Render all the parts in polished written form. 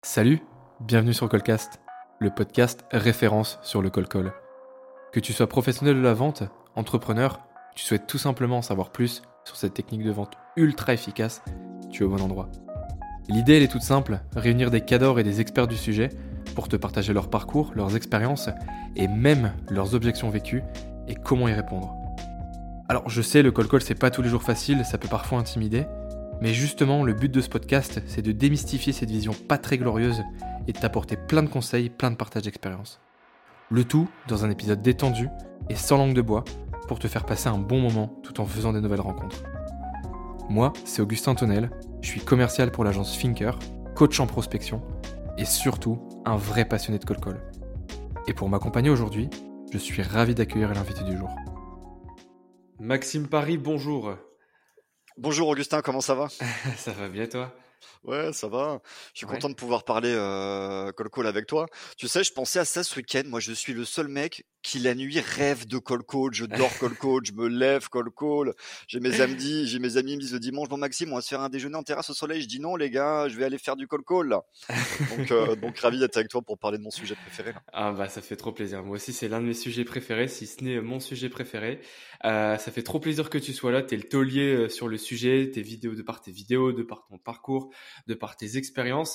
Salut, bienvenue sur Callcast, le podcast référence sur le call. Que tu sois professionnel de la vente, entrepreneur, tu souhaites tout simplement en savoir plus sur cette technique de vente ultra efficace, tu es au bon endroit. L'idée elle est toute simple, réunir des cadors et des experts du sujet pour te partager leur parcours, leurs expériences et même leurs objections vécues et comment y répondre. Alors je sais, le call c'est pas tous les jours facile, ça peut parfois intimider, mais justement le but de ce podcast c'est de démystifier cette vision pas très glorieuse et de t'apporter plein de conseils, plein de partages d'expérience. Le tout dans un épisode détendu et sans langue de bois pour te faire passer un bon moment tout en faisant des nouvelles rencontres. Moi, c'est Augustin Tonnel, je suis commercial pour l'agence Finker, coach en prospection et surtout un vrai passionné de call. Et pour m'accompagner aujourd'hui, je suis ravi d'accueillir l'invité du jour. Maxime Paris, bonjour. Bonjour Augustin, comment ça va? Ça va bien toi? Ouais, ça va. Je suis Ouais. content de pouvoir parler call avec toi. Tu sais, je pensais à ça ce week-end. Moi, je suis le seul mec qui la nuit rêve de call. Je dors call, je me lève call. J'ai mes amis ils me disent le dimanche, bon Maxime, on va se faire un déjeuner en terrasse au soleil. Je dis non les gars, je vais aller faire du call là. Donc ravi d'être avec toi pour parler de mon sujet préféré là. Ah bah ça fait trop plaisir. Moi aussi c'est l'un de mes sujets préférés, si ce n'est mon sujet préféré. Ça fait trop plaisir que tu sois là. T'es le taulier sur le sujet, tes vidéos, de par ton parcours, de par tes expériences.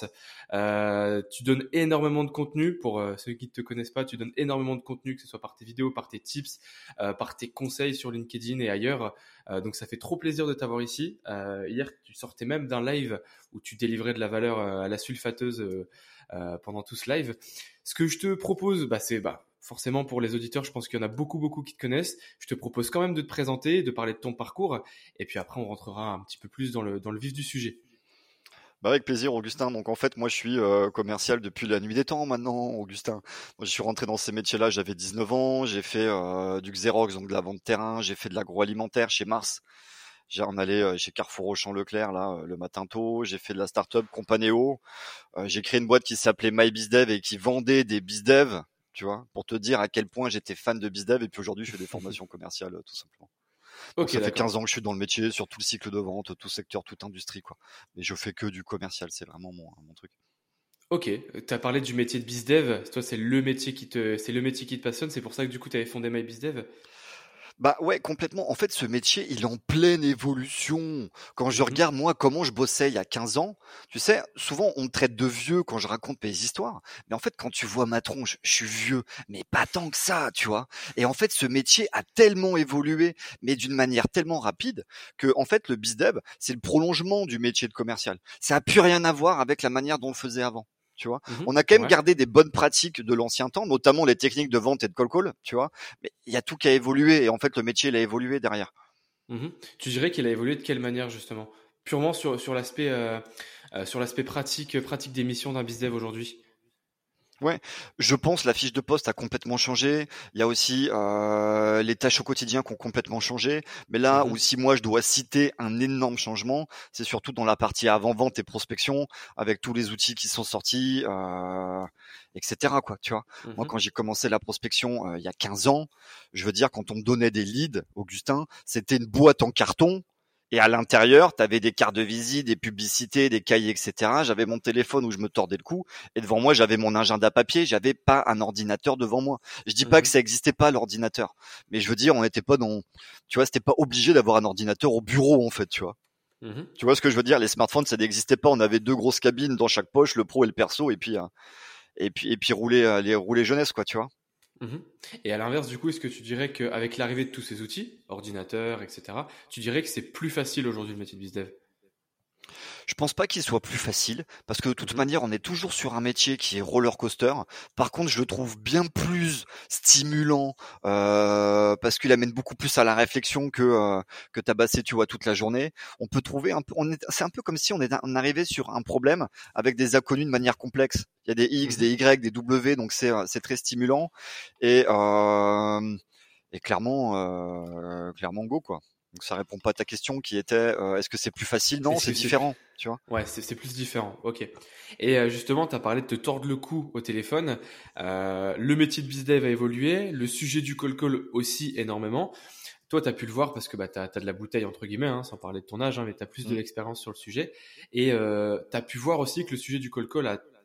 Tu donnes énormément de contenu. Pour ceux qui ne te connaissent pas, tu donnes énormément de contenu, que ce soit par tes vidéos, par tes tips, par tes conseils sur LinkedIn et ailleurs. Donc ça fait trop plaisir de t'avoir ici. Hier tu sortais même d'un live où tu délivrais de la valeur à la sulfateuse pendant tout ce live. Ce que je te propose, c'est forcément pour les auditeurs, je pense qu'il y en a beaucoup qui te connaissent. Je te propose quand même de te présenter, de parler de ton parcours, et puis après on rentrera un petit peu plus dans le vif du sujet. Bah avec plaisir Augustin. Donc en fait moi je suis commercial depuis la nuit des temps maintenant Augustin. Moi je suis rentré dans ces métiers-là, j'avais 19 ans, j'ai fait du Xerox, donc de la vente terrain, j'ai fait de l'agroalimentaire chez Mars. J'ai en allé chez Carrefour Auchan Leclerc là le matin tôt, j'ai fait de la start-up Companeo. J'ai créé une boîte qui s'appelait MyBizDev et qui vendait des bizdev, tu vois, pour te dire à quel point j'étais fan de bizdev. Et puis aujourd'hui je fais des formations commerciales tout simplement. Donc Ok, ça fait d'accord. 15 ans que je suis dans le métier, sur tout le cycle de vente, tout secteur, toute industrie, quoi. Mais je fais que du commercial, c'est vraiment mon truc. Ok, tu as parlé du métier de BizDev. Toi, c'est le métier qui te passionne. C'est pour ça que du coup, tu avais fondé MyBizDev. Bah ouais, complètement. En fait, ce métier, il est en pleine évolution. Quand je Mhm, regarde, moi, comment je bossais il y a 15 ans, tu sais, souvent, on me traite de vieux quand je raconte mes histoires. Mais en fait, quand tu vois ma tronche, je suis vieux, mais pas tant que ça, tu vois. Et en fait, ce métier a tellement évolué, mais d'une manière tellement rapide, que, en fait, le bizdev, c'est le prolongement du métier de commercial. Ça a plus rien à voir avec la manière dont on le faisait avant. Tu vois, mhm, on a quand même ouais. gardé des bonnes pratiques de l'ancien temps, notamment les techniques de vente et de call, tu vois. Mais il y a tout qui a évolué et en fait le métier il a évolué derrière. Mhm. Tu dirais qu'il a évolué de quelle manière, justement? Purement sur l'aspect pratique des missions d'un BizDev aujourd'hui. Ouais, je pense la fiche de poste a complètement changé. Il y a aussi les tâches au quotidien qui ont complètement changé. Mais là où Mhm, si moi je dois citer un énorme changement, c'est surtout dans la partie avant-vente et prospection, avec tous les outils qui sont sortis, etc. Quoi, tu vois. Moi, mhm. quand j'ai commencé la prospection il y a 15 ans, je veux dire quand on me donnait des leads, Augustin, c'était une boîte en carton. Et à l'intérieur, tu avais des cartes de visite, des publicités, des cahiers, etc. J'avais mon téléphone où je me tordais le cou. Et devant moi, j'avais mon agenda papier, j'avais pas un ordinateur devant moi. Je dis pas que Mhm, ça existait pas l'ordinateur, mais je veux dire, on n'était pas dans, tu vois, c'était pas obligé d'avoir un ordinateur au bureau en fait, tu vois. mhm. Tu vois ce que je veux dire? Les smartphones, ça n'existait pas. On avait deux grosses cabines dans chaque poche, le pro et le perso, et puis rouler les rouler jeunesse quoi, tu vois. Mhm. Et à l'inverse, du coup, est-ce que tu dirais qu'avec l'arrivée de tous ces outils, ordinateurs, etc., tu dirais que c'est plus facile aujourd'hui le métier de BizDev? Je pense pas qu'il soit plus facile parce que de toute Mhm, manière, on est toujours sur un métier qui est roller coaster. Par contre, je le trouve bien plus stimulant parce qu'il amène beaucoup plus à la réflexion que tabasser, tu vois, toute la journée. On peut trouver un peu, c'est un peu comme si on arrivait sur un problème avec des inconnus de manière complexe. Il y a des X, mhm. des Y, des W, donc c'est très stimulant et euh, et clairement go quoi. Donc ça répond pas à ta question qui était est-ce que c'est plus facile? C'est Non, c'est c'est- c'est différent, tu vois. Ouais, c'est plus différent. Ok. Et justement, tu as parlé de te tordre le cou au téléphone. Le métier de BizDev a évolué, le sujet du call aussi énormément. Toi, tu as pu le voir parce que tu as de la bouteille, entre guillemets, hein, sans parler de ton âge, hein, mais tu as plus de Mm. l'expérience sur le sujet. Et tu as pu voir aussi que le sujet du call a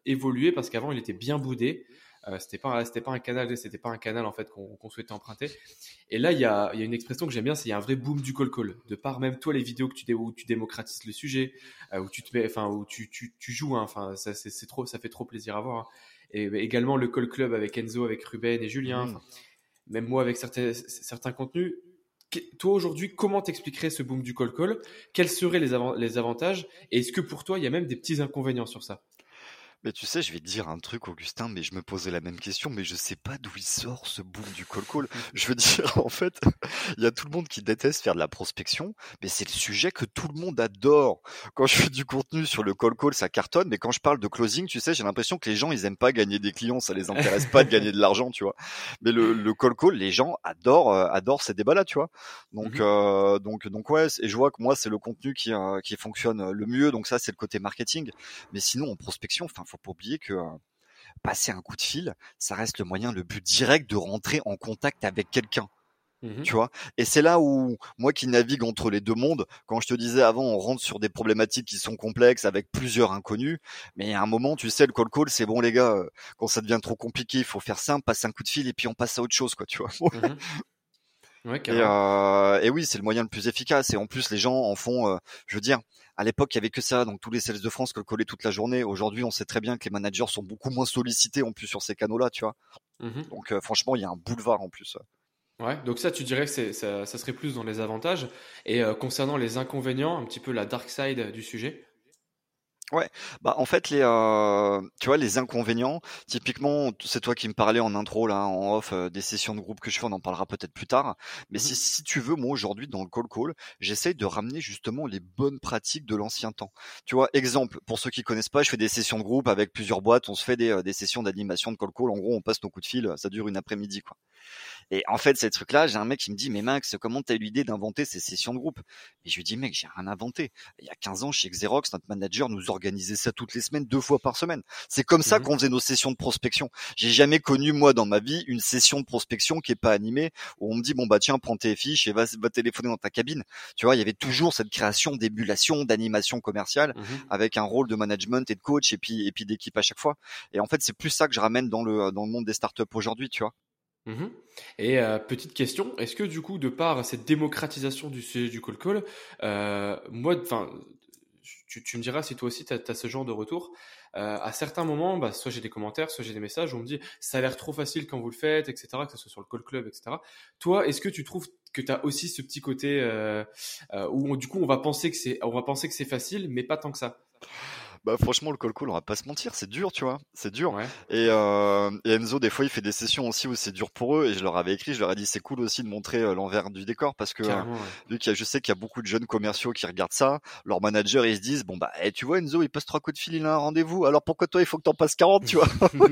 évolué parce qu'avant il était bien boudé. C'était pas un canal en fait qu'on souhaitait emprunter. Et là, il y a une expression que j'aime bien, c'est il y a un vrai boom du call call. De par même toi les vidéos où tu démocratises le sujet, où tu te mets, enfin où tu joues, hein, enfin c'est trop, ça fait trop plaisir à voir, hein. Et également le call club avec Enzo, avec Ruben et Julien. Mhm. Enfin, même moi avec certains contenus. Toi aujourd'hui, comment t'expliquerais ce boom du call call? Quels seraient les avantages? Et est-ce que pour toi, il y a même des petits inconvénients sur ça? Mais tu sais, je vais te dire un truc, Augustin, mais je me posais la même question, mais je sais pas d'où il sort ce boom du call call. Je veux dire, en fait, il y a tout le monde qui déteste faire de la prospection, mais c'est le sujet que tout le monde adore. Quand je fais du contenu sur le call call, ça cartonne, mais quand je parle de closing, tu sais, j'ai l'impression que les gens, ils aiment pas gagner des clients, ça les intéresse pas de gagner de l'argent, tu vois. Mais le call call, les gens adorent ces débats-là, tu vois. Mhm, Donc ouais, et je vois que moi, c'est le contenu qui fonctionne le mieux, donc ça, c'est le côté marketing. Mais sinon, en prospection, enfin, faut pas oublier que passer un coup de fil, ça reste le moyen le plus direct de rentrer en contact avec quelqu'un. mhm, Tu vois. Et c'est là où moi qui navigue entre les deux mondes, quand je te disais avant, on rentre sur des problématiques qui sont complexes avec plusieurs inconnus, mais à un moment, tu sais, le call c'est bon les gars, quand ça devient trop compliqué, il faut faire simple, passer un coup de fil et puis on passe à autre chose, quoi, tu vois. mhm. Ouais, Et, carrément. et oui, c'est le moyen le plus efficace. Et en plus, les gens en font, je veux dire, à l'époque, il y avait que ça, donc tous les sales de France que collaient toute la journée. Aujourd'hui, on sait très bien que les managers sont beaucoup moins sollicités en plus sur ces canaux-là, tu vois. Mhm. Donc franchement, il y a un boulevard en plus. Ouais, donc ça, tu dirais que ça serait plus dans les avantages. Et concernant les inconvénients, un petit peu la dark side du sujet. Ouais, bah en fait tu vois les inconvénients, typiquement c'est toi qui me parlais en intro là en off des sessions de groupe que je fais, on en parlera peut-être plus tard. Mais Mhm, si tu veux, moi aujourd'hui dans le call, j'essaye de ramener justement les bonnes pratiques de l'ancien temps. Tu vois, exemple pour ceux qui connaissent pas, je fais des sessions de groupe avec plusieurs boîtes, on se fait des sessions d'animation de call. En gros, on passe nos coups de fil, ça dure une après-midi quoi. Et en fait, ces trucs-là, j'ai un mec qui me dit, mais Max, comment t'as eu l'idée d'inventer ces sessions de groupe? Et je lui dis, mec, j'ai rien inventé. Il y a 15 ans, chez Xerox, notre manager nous organisait ça toutes les semaines, 2 fois par semaine. C'est comme ça mhm, qu'on faisait nos sessions de prospection. J'ai jamais connu, moi, dans ma vie, une session de prospection qui est pas animée, où on me dit, bon, bah, tiens, prends tes fiches et va téléphoner dans ta cabine. Tu vois, il y avait toujours cette création d'émulation, d'animation commerciale, mhm, avec un rôle de management et de coach, et puis d'équipe à chaque fois. Et en fait, c'est plus ça que je ramène dans le monde des startups aujourd'hui, tu vois. mhm. Et petite question, est-ce que du coup, de par cette démocratisation du sujet du call call, moi, enfin, tu me diras si toi aussi tu as ce genre de retour. À certains moments, bah, soit j'ai des commentaires, soit j'ai des messages où on me dit ça a l'air trop facile quand vous le faites, etc., que ce soit sur le call club, etc. Toi, est-ce que tu trouves que tu as aussi ce petit côté où du coup on va penser que c'est facile, mais pas tant que ça? Bah franchement le call on va pas se mentir, c'est dur, tu vois, c'est dur. Ouais, Et Enzo des fois il fait des sessions aussi où c'est dur pour eux et je leur avais écrit, je leur ai dit c'est cool aussi de montrer l'envers du décor parce que carrément, ouais. vu je sais qu'il y a beaucoup de jeunes commerciaux qui regardent ça, leurs managers ils se disent bon bah tu vois Enzo il passe 3 coups de fil, il a un rendez-vous, alors pourquoi toi il faut que t'en passes 40, tu vois.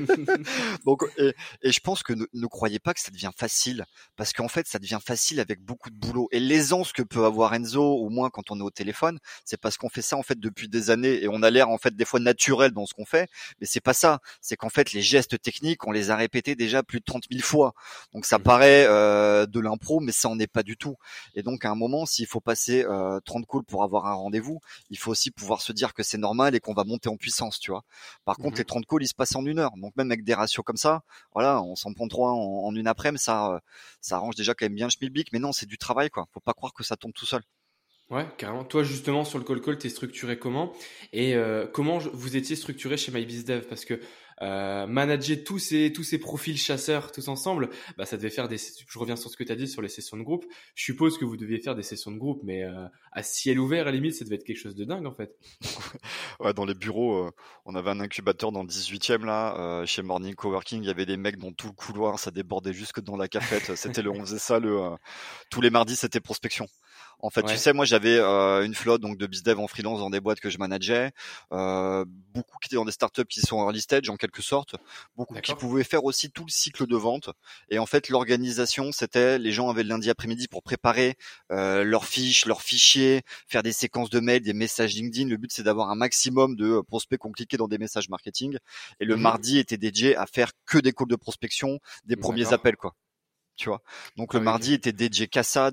Donc et je pense que ne croyez pas que ça devient facile parce qu'en fait ça devient facile avec beaucoup de boulot et l'aisance que peut avoir Enzo ou moins quand on est au téléphone, c'est parce qu'on fait ça en fait depuis des années et on a l'air en fait des fois naturel dans ce qu'on fait, mais c'est pas ça. C'est qu'en fait les gestes techniques, on les a répétés déjà plus de 30 000 fois. Donc ça Mhm, paraît de l'impro, mais ça en est pas du tout. Et donc à un moment, s'il faut passer 30 calls pour avoir un rendez-vous, il faut aussi pouvoir se dire que c'est normal et qu'on va monter en puissance, tu vois. Par contre, les mhm. 30 calls, ils se passent en 1 heure. Donc même avec des ratios comme ça, voilà, on s'en prend 3 en une après-midi, ça arrange déjà quand même bien le schmilblick. Mais non, c'est du travail, quoi. Faut pas croire que ça tombe tout seul. Ouais, carrément. Toi, justement, sur le call call, t'es structuré comment? Et comment vous étiez structuré chez MyBizDev? Parce que manager tous ces profils chasseurs tous ensemble, bah, ça devait faire des. Je reviens sur ce que tu as dit sur les sessions de groupe. Je suppose que vous deviez faire des sessions de groupe, mais à ciel ouvert, à la limite, ça devait être quelque chose de dingue, en fait. Ouais, dans les bureaux, on avait un incubateur dans le 18e là, chez Morning Coworking, il y avait des mecs dans tout le couloir, ça débordait jusque dans la cafette. On faisait ça tous les mardis, c'était prospection. En fait, tu Ouais, sais, moi j'avais une flotte donc de bizdev en freelance dans des boîtes que je manageais, beaucoup qui étaient dans des startups qui sont early stage en quelque sorte, beaucoup qui d'accord. pouvaient faire aussi tout le cycle de vente. Et en fait, l'organisation, c'était les gens avaient le lundi après-midi pour préparer leurs fiches, leurs fichiers, faire des séquences de mails, des messages LinkedIn. Le but, c'est d'avoir un maximum de prospects qui ont cliqué dans des messages marketing. Et le Mhm, mardi était dédié à faire que des calls de prospection, des premiers d'accord. appels, quoi. tu vois. Donc Ah le oui, mardi ok. était dédié qu'à ça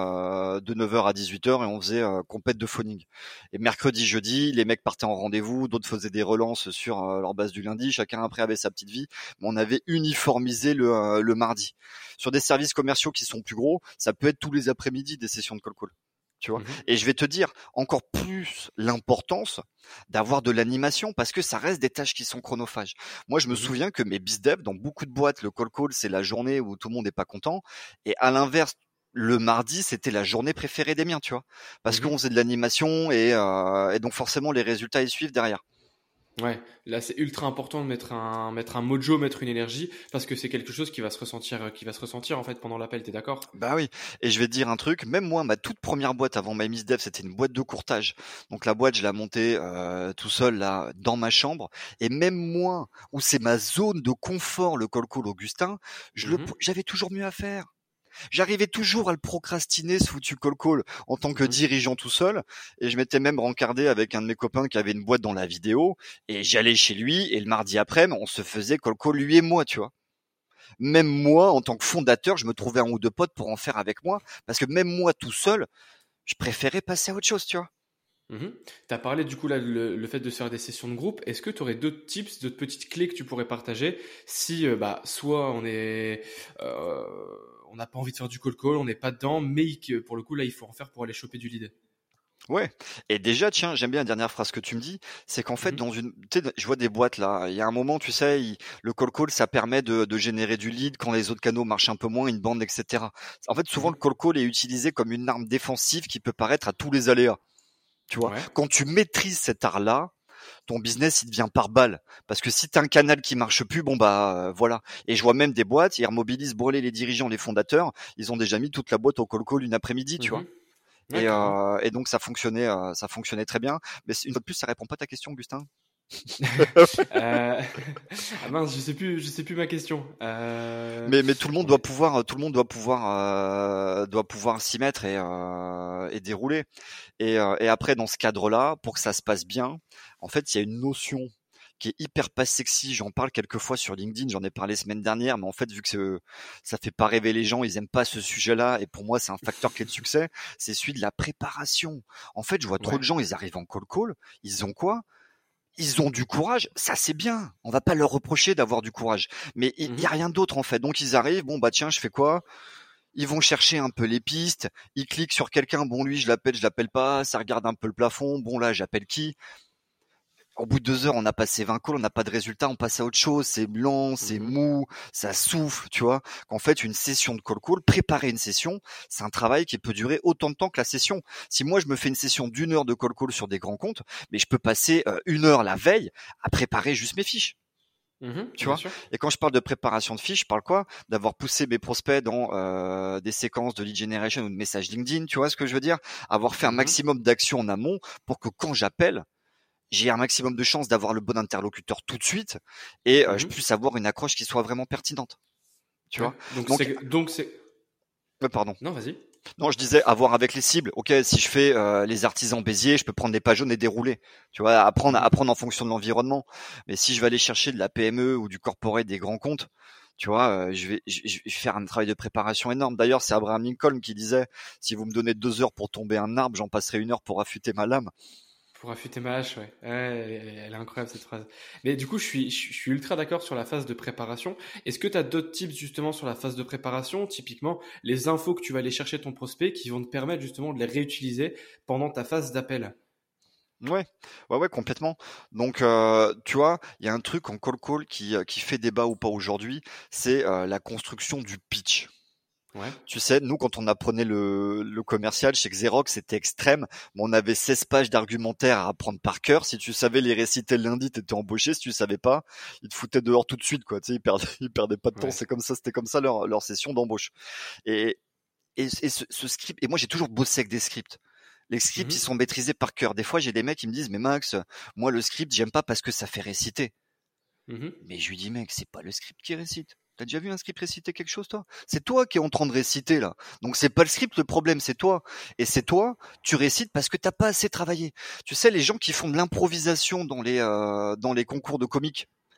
de 9h à 18h et on faisait compète de phoning. Et mercredi, jeudi, les mecs partaient en rendez-vous, d'autres faisaient des relances sur leur base du lundi, chacun après avait sa petite vie, mais on avait uniformisé le mardi. Sur des services commerciaux qui sont plus gros, ça peut être tous les après-midi des sessions de call. Tu vois. Mhm, Et je vais te dire encore plus l'importance d'avoir de l'animation parce que ça reste des tâches qui sont chronophages. Moi, je me mhm, souviens que mes bizdev, dans beaucoup de boîtes, le call, c'est la journée où tout le monde n'est pas content. Et à l'inverse, le mardi, c'était la journée préférée des miens, tu vois. Parce mhm. qu'on faisait de l'animation et donc forcément, les résultats, ils suivent derrière. Ouais, là c'est ultra important de mettre un mojo, mettre une énergie, parce que c'est quelque chose qui va se ressentir en fait pendant l'appel, t'es d'accord? Bah oui, et je vais te dire un truc, même moi, ma toute première boîte avant My Miss Dev, c'était une boîte de courtage. Donc la boîte, je l'ai montée tout seul là dans ma chambre. Et même moi, où c'est ma zone de confort, le call Augustin, Mhm, j'avais toujours mieux à faire. J'arrivais toujours à le procrastiner, ce foutu call en tant que mhm, dirigeant tout seul. Et je m'étais même rencardé avec un de mes copains qui avait une boîte dans la vidéo. Et j'allais chez lui, et le mardi après, on se faisait call lui et moi, tu vois. Même moi, en tant que fondateur, je me trouvais un ou deux potes pour en faire avec moi, parce que même moi tout seul, je préférais passer à autre chose, tu vois. mhm. T'as parlé du coup là le fait de se faire des sessions de groupe. Est-ce que tu aurais d'autres tips, d'autres petites clés que tu pourrais partager si bah soit euh, on n'a pas envie de faire du call, on n'est pas dedans, mais que pour le coup là il faut en faire pour aller choper du lead. Ouais. Et déjà, tiens, j'aime bien la dernière phrase que tu me dis, c'est qu'en fait, Mhm, tu sais, je vois des boîtes là. Il y a un moment, tu sais, le call, ça permet de générer du lead quand les autres canaux marchent un peu moins, une bande, etc. En fait, souvent, mhm. le call est utilisé comme une arme défensive qui peut paraître à tous les aléas. Tu vois, Ouais. quand tu maîtrises cet art-là, ton business il devient par balle. Parce que si t'as un canal qui marche plus, bon bah voilà. Et je vois même des boîtes, ils remobilisent brûler les dirigeants, les fondateurs, ils ont déjà mis toute la boîte au call une après-midi, tu vois. Mhm. Ouais, carrément. Et donc ça fonctionnait très bien. Mais une fois de plus, ça répond pas à ta question, Augustin. Euh, Ah mince, je sais plus ma question. Mais tout le monde On est... doit pouvoir s'y mettre et dérouler. Et après, dans ce cadre-là, pour que ça se passe bien, en fait, il y a une notion qui est hyper pas sexy. J'en parle quelques fois sur LinkedIn, j'en ai parlé semaine dernière, mais en fait, vu que ça fait pas rêver les gens, ils aiment pas ce sujet-là, et pour moi, c'est un facteur clé de succès, c'est celui de la préparation. En fait, je vois trop Ouais. de gens, ils arrivent en call, ils ont quoi? Ils ont du courage, ça c'est bien. On va pas leur reprocher d'avoir du courage, mais il y a Mhm. rien d'autre en fait. Donc ils arrivent, bon bah tiens, je fais quoi? Ils vont chercher un peu les pistes, ils cliquent sur quelqu'un, bon lui je l'appelle pas, ça regarde un peu le plafond, bon là j'appelle qui? Au bout de 2 heures, on a passé 20 calls, on n'a pas de résultat, on passe à autre chose, c'est blanc, c'est Mhm. mou, ça souffle, tu vois. Qu'en fait, une session de call, préparer une session, c'est un travail qui peut durer autant de temps que la session. Si moi je me fais une session d'1 heure de call sur des grands comptes, mais je peux passer 1 heure la veille à préparer juste mes fiches. Mhm. Tu Bien vois. sûr. Et quand je parle de préparation de fiches, je parle quoi? D'avoir poussé mes prospects dans des séquences de lead generation ou de messages LinkedIn, tu vois ce que je veux dire? Avoir fait un Mhm. maximum d'actions en amont pour que quand j'appelle, j'ai un maximum de chances d'avoir le bon interlocuteur tout de suite et je Mhm. puisse avoir une accroche qui soit vraiment pertinente, tu Ouais. vois? Donc Donc c'est. pardon. Non, vas-y. Non, je disais avoir avec les cibles. OK, si je fais les artisans Béziers, je peux prendre des pages jaunes et dérouler. Tu vois, Mhm. apprendre en fonction de l'environnement. Mais si je vais aller chercher de la PME ou du corporate des grands comptes, tu vois, je vais faire un travail de préparation énorme. D'ailleurs, c'est Abraham Lincoln qui disait, si vous me donnez 2 heures pour tomber un arbre, j'en passerai 1 heure pour affûter ma lame. Pour affûter ma hache, ouais. Ouais, elle est incroyable cette phrase. Mais du coup, je suis ultra d'accord sur la phase de préparation. Est-ce que tu as d'autres tips justement sur la phase de préparation? Typiquement, les infos que tu vas aller chercher ton prospect qui vont te permettre justement de les réutiliser pendant ta phase d'appel. Ouais, ouais, complètement. Donc, tu vois, il y a un truc en call qui fait débat ou pas aujourd'hui, c'est la construction du pitch. Ouais. Tu sais, nous, quand on apprenait le commercial chez Xerox, c'était extrême. Mais on avait 16 pages d'argumentaire à apprendre par cœur. Si tu savais les réciter le lundi, t'étais embauché. Si tu savais pas, ils te foutaient dehors tout de suite, quoi. Tu sais, ils perdaient pas de temps. Ouais. C'est comme ça, c'était comme ça leur session d'embauche. Et, et ce script, et moi, j'ai toujours bossé avec des scripts. Les scripts, ils Mhm. sont maîtrisés par cœur. Des fois, j'ai des mecs qui me disent, mais Max, moi, le script, j'aime pas parce que ça fait réciter. Mhm. Mais je lui dis, mec, c'est pas le script qui récite. T'as déjà vu un script réciter quelque chose, toi? C'est toi qui es en train de réciter, là. Donc c'est pas le script le problème, c'est toi. Et c'est toi, tu récites parce que t'as pas assez travaillé. Tu sais, les gens qui font de l'improvisation dans les concours de comiques,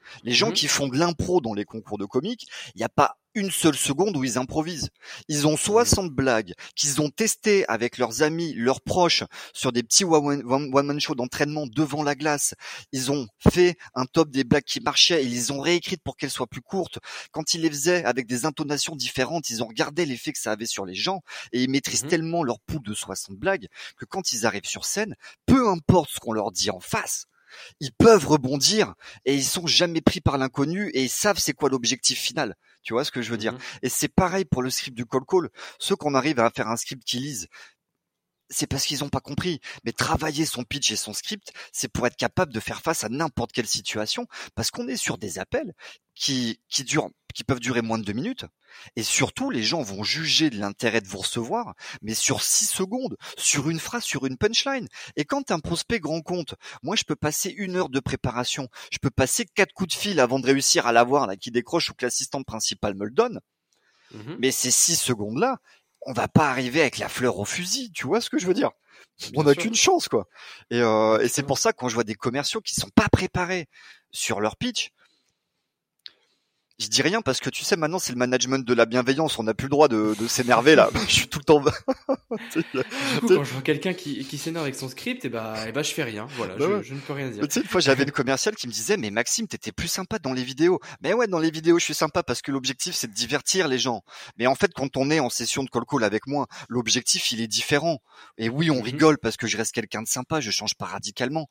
Les gens Mhm. qui font de l'impro dans les concours de comique, il n'y a pas une seule seconde où ils improvisent. Ils ont Mhm. 60 blagues qu'ils ont testées avec leurs amis, leurs proches, sur des petits one-man show d'entraînement devant la glace. Ils ont fait un top des blagues qui marchaient, ils les ont réécrites pour qu'elles soient plus courtes. Quand ils les faisaient avec des intonations différentes, ils ont regardé l'effet que ça avait sur les gens et ils maîtrisent Mhm. tellement leur pool de 60 blagues que quand ils arrivent sur scène, peu importe ce qu'on leur dit en face, ils peuvent rebondir et ils sont jamais pris par l'inconnu et ils savent c'est quoi l'objectif final. Tu vois ce que je veux dire? Mhm. Et c'est pareil pour le script du call. Ceux qu'on arrive à faire un script qu'ils lisent, c'est parce qu'ils ont pas compris. Mais travailler son pitch et son script, c'est pour être capable de faire face à n'importe quelle situation, parce qu'on est sur des appels qui peuvent durer moins de 2 minutes. Et surtout, les gens vont juger de l'intérêt de vous recevoir, mais sur 6 secondes, sur une phrase, sur une punchline. Et quand un prospect grand compte, moi, je peux passer 1 heure de préparation, je peux passer 4 coups de fil avant de réussir à l'avoir, là, qui décroche ou que l'assistante principale me le donne. Mhm. Mais ces 6 secondes-là, on va pas arriver avec la fleur au fusil, tu vois ce que je veux dire? On Bien n'a sûr. qu'une chance, quoi. Et c'est pour Exactement. ça que quand je vois des commerciaux qui sont pas préparés sur leur pitch, je dis rien parce que tu sais, maintenant c'est le management de la bienveillance, on n'a plus le droit de s'énerver là. Je suis tout le temps. Du coup, Tu sais, quand je vois quelqu'un qui s'énerve avec son script, et bah, je fais rien. Voilà, bah ouais. je ne peux rien dire. Mais tu sais, une fois, j'avais une commerciale qui me disait, mais Maxime, t'étais plus sympa dans les vidéos. Mais ouais, dans les vidéos, je suis sympa parce que l'objectif, c'est de divertir les gens. Mais en fait, quand on est en session de call avec moi, l'objectif, il est différent. Et oui, on Mhm. rigole parce que je reste quelqu'un de sympa, je change pas radicalement.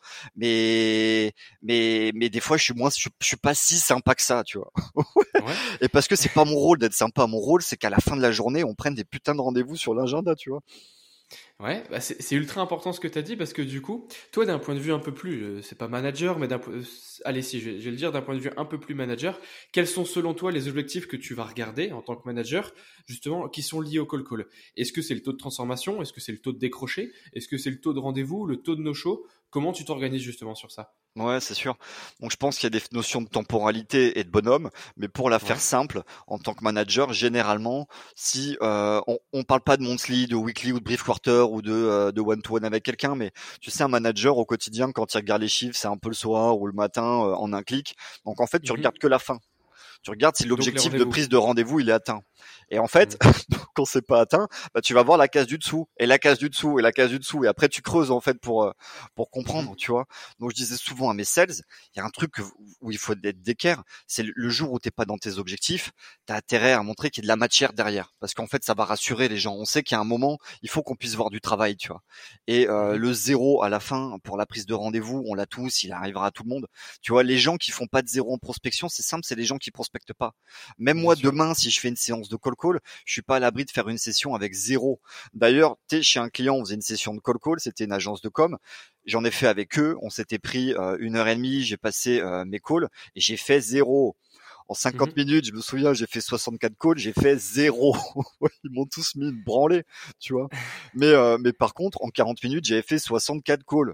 Mais, mais des fois, je suis pas si sympa que ça, tu vois. Ouais. Et parce que c'est pas mon rôle d'être sympa. Mon rôle, c'est qu'à la fin de la journée, on prenne des putains de rendez-vous sur l'agenda, tu vois. Ouais, bah c'est ultra important ce que tu as dit parce que du coup, toi d'un point de vue un peu plus, c'est pas manager, mais allez si, je vais le dire d'un point de vue un peu plus manager, quels sont selon toi les objectifs que tu vas regarder en tant que manager, justement, qui sont liés au call call? Est-ce que c'est le taux de transformation? Est-ce que c'est le taux de décroché? Est-ce que c'est le taux de rendez-vous, le taux de no-show? Comment tu t'organises justement sur ça? Ouais, c'est sûr. Donc je pense qu'il y a des notions de temporalité et de bonhomme, mais pour la faire Ouais. simple, en tant que manager, généralement, si on parle pas de monthly, de weekly ou de brief quarter ou de one-to-one avec quelqu'un, mais tu sais, un manager au quotidien, quand il regarde les chiffres, c'est un peu le soir ou le matin en un clic. Donc en fait, tu Mhm. regardes que la fin. Tu regardes si Donc les l'objectif de rendez-vous. prise de rendez-vous il est atteint. Et en fait, Mhm. quand c'est pas atteint, bah, tu vas voir la case du dessous et la case du dessous et la case du dessous et après tu creuses en fait pour Mhm. comprendre, tu vois. Donc je disais souvent à mes sales, il y a un truc où il faut être d'équerre, c'est le jour où t'es pas dans tes objectifs, t'as intérêt à montrer qu'il y a de la matière derrière parce qu'en fait ça va rassurer les gens. On sait qu'il y a un moment, il faut qu'on puisse voir du travail, tu vois. Et Mhm. le zéro à la fin pour la prise de rendez-vous, on l'a tous, il arrivera à tout le monde. Tu vois, les gens qui font pas de zéro en prospection, c'est simple, c'est les gens qui prospectent pas. Même Bien moi, sûr. demain, si je fais une séance de call, je suis pas à l'abri de faire une session avec zéro. D'ailleurs, tu sais, chez un client, on faisait une session de call, c'était une agence de com. J'en ai fait avec eux, on s'était pris 1 heure et demie, j'ai passé mes calls et j'ai fait zéro. En 50 Mhm. minutes, je me souviens, j'ai fait 64 calls, j'ai fait zéro. Ouais, ils m'ont tous mis une branlée, tu vois. Mais par contre, en 40 minutes, j'avais fait 64 calls.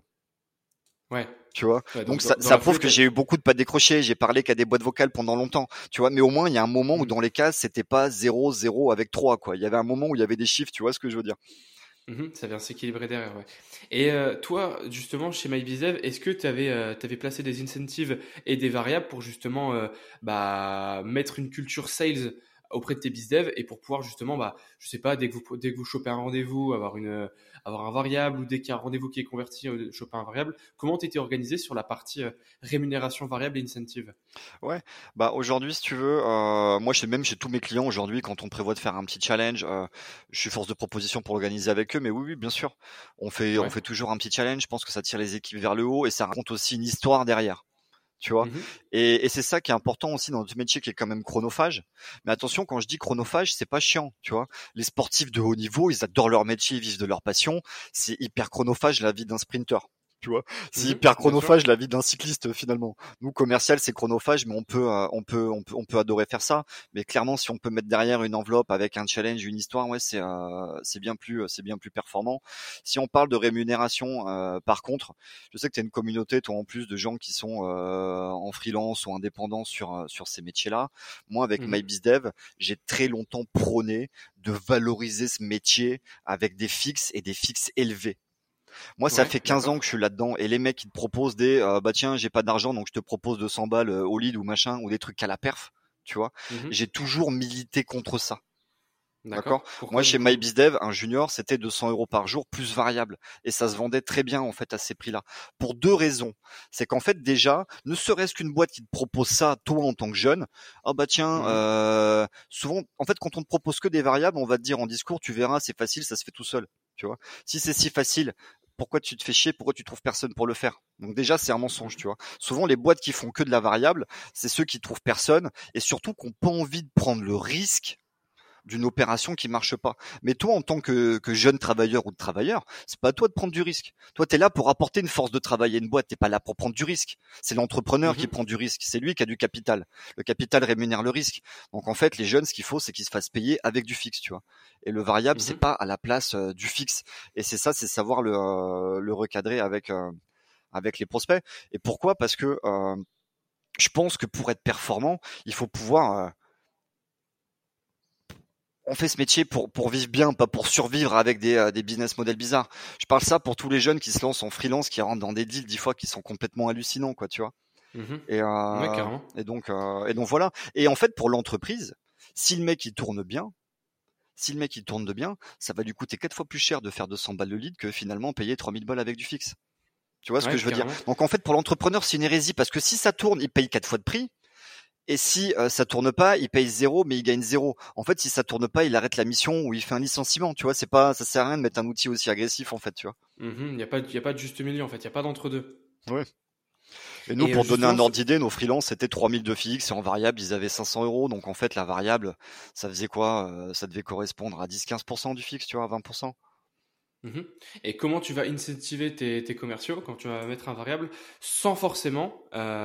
Ouais. Tu vois, Ouais, donc donc dans ça la prouve foulée, que j'ai eu beaucoup de pas décrochés, j'ai parlé qu'à des boîtes vocales pendant longtemps, tu vois, mais au moins il y a un moment où Mhm. dans les cases c'était pas 0 0 avec 3 quoi, il y avait un moment où il y avait des chiffres, tu vois ce que je veux dire. Mhm, ça vient s'équilibrer derrière, ouais. Et toi, justement, chez MyBizDev, est-ce que tu avais, placé des incentives et des variables pour justement bah, mettre une culture sales auprès de tes bizdev et pour pouvoir justement, bah, je sais pas, dès que vous chopez un rendez-vous, avoir un variable ou dès qu'il y a un rendez-vous qui est converti, choper un variable, comment tu étais organisé sur la partie rémunération variable et incentive? Ouais, bah aujourd'hui si tu veux, moi même chez tous mes clients aujourd'hui quand on prévoit de faire un petit challenge, je suis force de proposition pour l'organiser avec eux, mais oui, oui, bien sûr, on Ouais. fait toujours un petit challenge, je pense que ça tire les équipes vers le haut et ça raconte aussi une histoire derrière. Tu vois, Mhm. et c'est ça qui est important aussi dans notre métier qui est quand même chronophage. Mais attention, quand je dis chronophage, c'est pas chiant, tu vois. Les sportifs de haut niveau, ils adorent leur métier, ils vivent de leur passion. C'est hyper chronophage la vie d'un sprinter. Tu vois, c'est Mhm. hyper Bien sûr. chronophage la vie d'un cycliste finalement. Nous commercial c'est chronophage, mais on peut adorer faire ça. Mais clairement, si on peut mettre derrière une enveloppe avec un challenge, une histoire, ouais, c'est bien plus performant. Si on parle de rémunération, par contre, je sais que tu as une communauté, toi, en plus, de gens qui sont en freelance ou indépendants sur ces métiers-là. Moi, avec Mhm. MyBizDev, j'ai très longtemps prôné de valoriser ce métier avec des fixes et des fixes élevés. Moi, ça Ouais, fait 15 ans d'accord. que je suis là-dedans et les mecs qui te proposent bah tiens, j'ai pas d'argent donc je te propose 200 balles au lead ou machin ou des trucs à la perf, tu vois. Mhm. J'ai toujours milité contre ça. D'accord? D'accord. Moi, Pourquoi du chez coup? MyBizDev, un junior, c'était 200 € par jour plus variable. Et ça se vendait très bien, en fait, à ces prix-là. Pour deux raisons. C'est qu'en fait, déjà, ne serait-ce qu'une boîte qui te propose ça, toi, en tant que jeune, ah bah tiens, Mhm. souvent, en fait, quand on te propose que des variables, on va te dire en discours, tu verras, c'est facile, ça se fait tout seul. Tu vois? Si c'est si facile, pourquoi tu te fais chier? Pourquoi tu trouves personne pour le faire? Donc déjà, c'est un mensonge, Mhm. tu vois. Souvent, les boîtes qui font que de la variable, c'est ceux qui trouvent personne et surtout qui n'ont pas envie de prendre le risque d'une opération qui marche pas. Mais toi, en tant que jeune travailleur ou de travailleur, c'est pas à toi de prendre du risque. Toi, tu es là pour apporter une force de travail à une boîte, t'es pas là pour prendre du risque. C'est l'entrepreneur qui Mhm. prend du risque, c'est lui qui a du capital. Le capital rémunère le risque. Donc en fait, les jeunes, ce qu'il faut, c'est qu'ils se fassent payer avec du fixe, tu vois. Et le variable, c'est Mhm. pas à la place du fixe. Et c'est ça, c'est savoir le recadrer avec les prospects. Et pourquoi? Parce que je pense que pour être performant, il faut pouvoir on fait ce métier pour vivre bien, pas pour survivre avec des business models bizarres. Je parle ça pour tous les jeunes qui se lancent en freelance, qui rentrent dans des deals 10 fois qui sont complètement hallucinants, quoi, tu vois. Mhm. Et, Ouais, euh, carrément. et donc voilà. Et en fait, pour l'entreprise, si le mec il tourne bien, si le mec il tourne de bien, ça va lui coûter 4 fois plus cher de faire 200 balles le lead que finalement payer 3000 balles avec du fixe. Tu vois ce que Ouais, je veux dire? carrément. Donc en fait, pour l'entrepreneur, c'est une hérésie parce que si ça tourne, il paye 4 fois de prix. Et si ça tourne pas, il paye zéro, mais il gagne zéro. En fait, si ça tourne pas, il arrête la mission ou il fait un licenciement. Tu vois, c'est pas, ça sert à rien de mettre un outil aussi agressif en fait. Tu vois. Mhm. Il y a pas de juste milieu en fait. Il y a pas d'entre-deux. Ouais. Et nous, Et pour donner justement, un ordre d'idée, nos freelances c'était 3000 de fixe et en variable, ils avaient 500 €. Donc en fait, la variable, ça faisait quoi? Ça devait correspondre à 10-15% du fixe, tu vois, à 20%. mhm. Et comment tu vas incentiver tes commerciaux quand tu vas mettre un variable sans forcément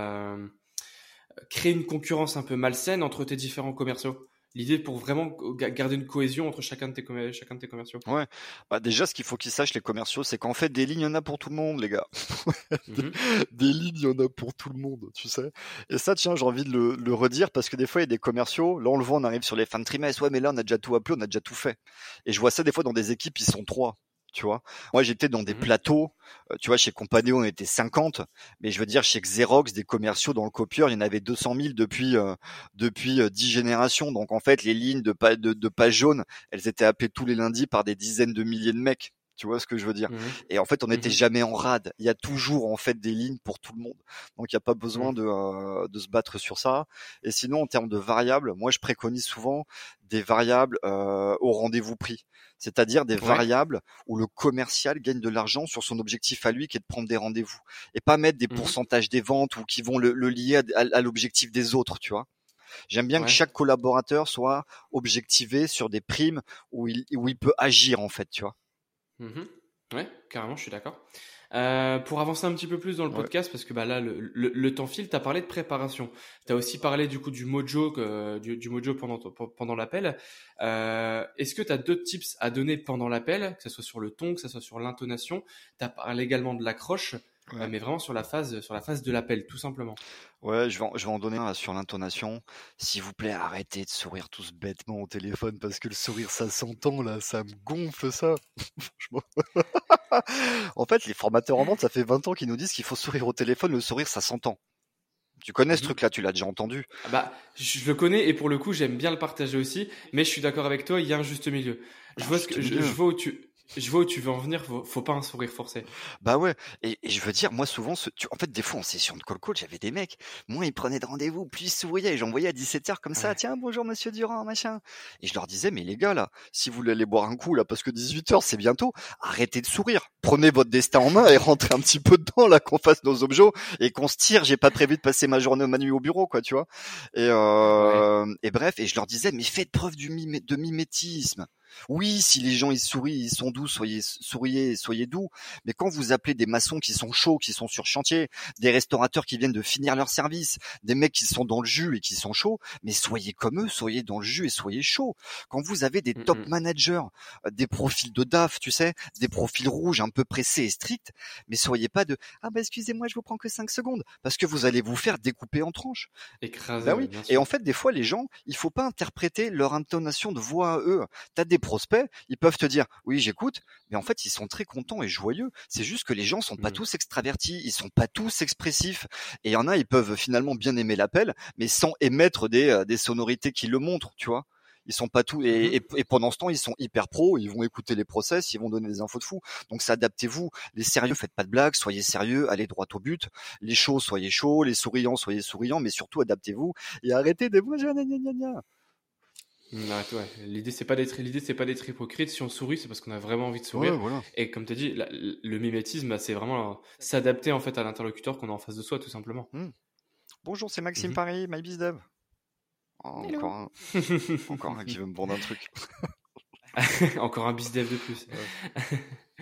créer une concurrence un peu malsaine entre tes différents commerciaux? L'idée pour vraiment garder une cohésion entre chacun de tes commerciaux. Ouais. Bah déjà, ce qu'il faut qu'ils sachent les commerciaux, c'est qu'en fait, des lignes, il y en a pour tout le monde, les gars. Des Mhm. des lignes, il y en a pour tout le monde, tu sais. Et ça, tiens, j'ai envie de le redire parce que des fois, il y a des commerciaux. Là, on le voit, on arrive sur les fins de trimestre. Ouais, mais là, on a déjà tout appelé, on a déjà tout fait. Et je vois ça des fois dans des équipes, ils sont trois. Tu vois, moi j'étais dans des Mhm. plateaux, tu vois, chez Compagno on était 50, mais je veux dire chez Xerox des commerciaux dans le copieur, il y en avait 200 000 depuis 10 générations. Donc en fait les lignes de pages jaunes, elles étaient appelées tous les lundis par des dizaines de milliers de mecs. Tu vois ce que je veux dire? Mhm. Et en fait, on n'était Mhm. jamais en rade. Il y a toujours en fait des lignes pour tout le monde. Donc il n'y a pas besoin Mhm. de se battre sur ça. Et sinon, en termes de variables, moi je préconise souvent des variables au rendez-vous prix. C'est-à-dire des Ouais. variables où le commercial gagne de l'argent sur son objectif à lui qui est de prendre des rendez-vous. Et pas mettre des Mhm. pourcentages des ventes ou qui vont le lier à l'objectif des autres, tu vois. J'aime bien que Ouais. chaque collaborateur soit objectivé sur des primes où il peut agir en fait, tu vois. Mhm. Ouais, carrément, je suis d'accord. Pour avancer un petit peu plus dans le Ouais. podcast, parce que bah là, le temps file, tu as parlé de préparation. Tu as aussi parlé du coup du mojo, du mojo pendant l'appel. Est-ce que tu as d'autres tips à donner pendant l'appel, que ce soit sur le ton, que ce soit sur l'intonation? Tu as parlé également de l'accroche, Ouais. mais vraiment sur la phase de l'appel, tout simplement. Ouais, je vais en donner un là, sur l'intonation. S'il vous plaît, arrêtez de sourire tous bêtement au téléphone parce que le sourire, ça s'entend là, ça me gonfle ça. Franchement. En fait, les formateurs en vente, ça fait 20 ans qu'ils nous disent qu'il faut sourire au téléphone, le sourire, ça s'entend. Tu connais ce Mhm. truc-là, tu l'as déjà entendu. Ah bah, je le connais et pour le coup, j'aime bien le partager aussi, mais je suis d'accord avec toi, il y a un juste milieu. Bah, juste milieu. Je vois où tu veux en venir, faut pas un sourire forcé. Bah ouais, et je veux dire, moi souvent, en fait, des fois en session de call coach, j'avais des mecs, moins ils prenaient de rendez-vous, plus ils souriaient, et j'envoyais à 17h comme ça, Ouais. tiens, bonjour monsieur Durand, machin. Et je leur disais, mais les gars, là, si vous voulez aller boire un coup, là, parce que 18h, c'est bientôt, arrêtez de sourire. Prenez votre destin en main et rentrez un petit peu dedans, là, qu'on fasse nos objets et qu'on se tire. J'ai pas prévu de passer ma journée ma nuit au bureau, quoi, tu vois. Ouais. Et bref, et je leur disais, mais faites preuve de mimétisme. Oui, si les gens ils sourient, ils sont doux, souriez, soyez doux. Mais quand vous appelez des maçons qui sont chauds, qui sont sur chantier, des restaurateurs qui viennent de finir leur service, des mecs qui sont dans le jus et qui sont chauds, mais soyez comme eux, soyez dans le jus et soyez chauds. Quand vous avez des Mm, top mm. managers, des profils de DAF, tu sais, des profils rouges, un peu pressé et strict, mais soyez pas de « Ah bah excusez-moi, je vous prends que 5 secondes », parce que vous allez vous faire découper en tranches. Écrasé, Ben ouais, oui, bien et en sûr. fait, des fois, les gens, il faut pas interpréter leur intonation de voix à eux. T'as des prospects, ils peuvent te dire oui, j'écoute, mais en fait, ils sont très contents et joyeux. C'est juste que les gens sont pas Mmh. tous extravertis, ils sont pas tous expressifs. Et il y en a, ils peuvent finalement bien aimer l'appel, mais sans émettre des sonorités qui le montrent, tu vois. Ils sont pas tous Mmh. et pendant ce temps, ils sont hyper pros, ils vont écouter les process, ils vont donner des infos de fou. Donc, ça adaptez-vous. Les sérieux, faites pas de blagues, soyez sérieux, allez droit au but. Les chauds, soyez chauds, les souriants, soyez souriants, mais surtout adaptez-vous et arrêtez de moi, gna gna gna gna. Arrête, ouais. L'idée, c'est pas d'être hypocrite. Si on sourit, c'est parce qu'on a vraiment envie de Ouais, sourire. voilà. Et comme tu as dit, le mimétisme, bah, c'est vraiment s'adapter en fait à l'interlocuteur qu'on a en face de soi, tout simplement. Hmm. Bonjour, c'est Maxime Mhm. Paris, MyBizDev. Oh, Hello. encore un qui veut me vendre un truc. Encore un bizdev de plus. Ouais.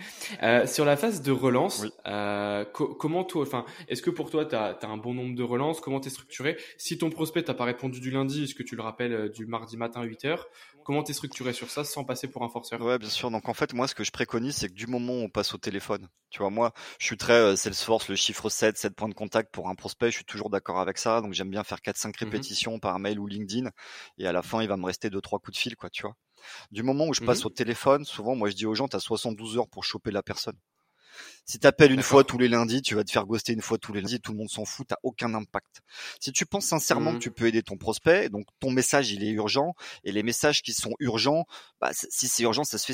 Sur la phase de relance, Oui. comment toi, enfin, est-ce que pour toi, tu as un bon nombre de relances? Comment tu es structuré? Si ton prospect t'a pas répondu du lundi, est-ce que tu le rappelles du mardi matin à 8 h? Comment tu es structuré sur ça sans passer pour un forceur? Ouais, bien sûr. Donc en fait, moi, ce que je préconise, c'est que du moment où on passe au téléphone, tu vois, moi, je suis très Salesforce, le chiffre 7 points de contact pour un prospect, je suis toujours d'accord avec ça. Donc j'aime bien faire 4-5 Mhm. répétitions par mail ou LinkedIn. Et à la fin, il va me rester 2-3 coups de fil, quoi, tu vois. Du moment où je passe Mhm. au téléphone, souvent, moi, je dis aux gens, t'as 72 heures pour choper la personne. Si t'appelles une fois D'accord. tous les lundis, tu vas te faire ghoster une fois tous les lundis, tout le monde s'en fout, t'as aucun impact. Si tu penses sincèrement que Mhm. tu peux aider ton prospect, donc ton message il est urgent, et les messages qui sont urgents, bah, si c'est urgent, ça se fait